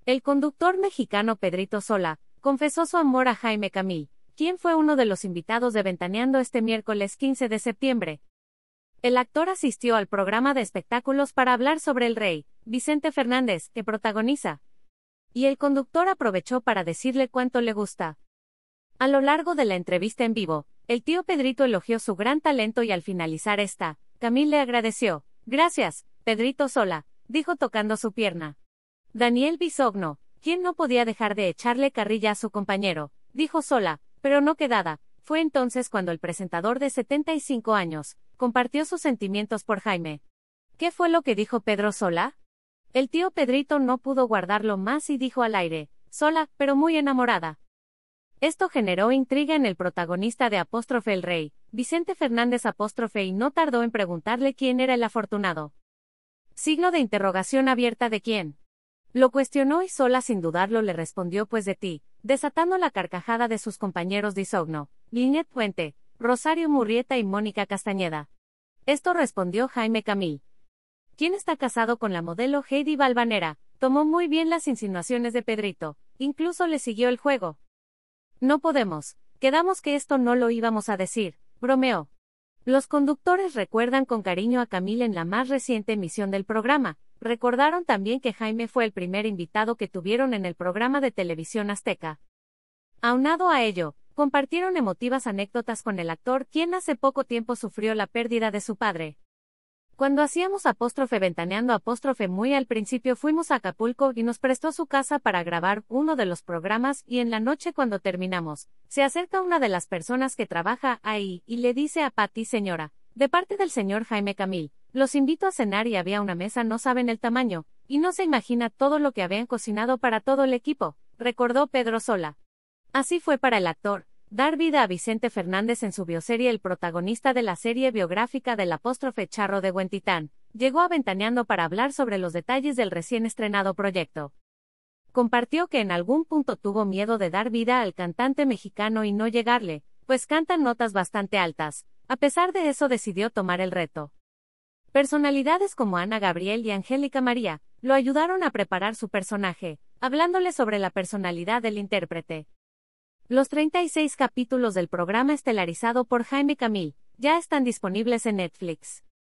El conductor mexicano Pedrito Sola confesó su amor a Jaime Camil, quien fue uno de los invitados de Ventaneando este miércoles 15 de septiembre. El actor asistió al programa de espectáculos para hablar sobre el rey, Vicente Fernández, que protagoniza. Y el conductor aprovechó para decirle cuánto le gusta. A lo largo de la entrevista en vivo, el tío Pedrito elogió su gran talento y al finalizar esta, Camil le agradeció. Gracias, Pedrito Sola, dijo tocando su pierna. Daniel Bisogno, quien no podía dejar de echarle carrilla a su compañero, dijo Sola, pero no quedada. Fue entonces cuando el presentador de 75 años compartió sus sentimientos por Jaime. ¿Qué fue lo que dijo Pedro Sola? El tío Pedrito no pudo guardarlo más y dijo al aire, Sola, pero muy enamorada. Esto generó intriga en el protagonista de Apóstrofe el Rey, Vicente Fernández Apóstrofe, y no tardó en preguntarle quién era el afortunado. Signo de interrogación abierta de quién. Lo cuestionó y Sola sin dudarlo le respondió pues de ti, desatando la carcajada de sus compañeros Bisogno, Linet Puente, Rosario Murrieta y Mónica Castañeda. Esto respondió Jaime Camil. ¿Quién está casado con la modelo Heidi Valvanera? Tomó muy bien las insinuaciones de Pedrito, incluso le siguió el juego. No podemos, quedamos que esto no lo íbamos a decir, bromeó. Los conductores recuerdan con cariño a Camil en la más reciente emisión del programa. Recordaron también que Jaime fue el primer invitado que tuvieron en el programa de televisión azteca. Aunado a ello, compartieron emotivas anécdotas con el actor, quien hace poco tiempo sufrió la pérdida de su padre. Cuando hacíamos Apóstrofe Ventaneando Apóstrofe muy al principio fuimos a Acapulco y nos prestó su casa para grabar uno de los programas y en la noche cuando terminamos, se acerca una de las personas que trabaja ahí y le dice a Pati señora, de parte del señor Jaime Camil, los invito a cenar y había una mesa no saben el tamaño, y no se imagina todo lo que habían cocinado para todo el equipo, recordó Pedro Sola. Así fue para el actor. Dar vida a Vicente Fernández en su bioserie. El protagonista de la serie biográfica del Apóstrofe Charro de Huentitán, llegó a Ventaneando para hablar sobre los detalles del recién estrenado proyecto. Compartió que en algún punto tuvo miedo de dar vida al cantante mexicano y no llegarle, pues cantan notas bastante altas. A pesar de eso decidió tomar el reto. Personalidades como Ana Gabriel y Angélica María lo ayudaron a preparar su personaje, hablándole sobre la personalidad del intérprete. Los 36 capítulos del programa estelarizado por Jaime Camil ya están disponibles en Netflix.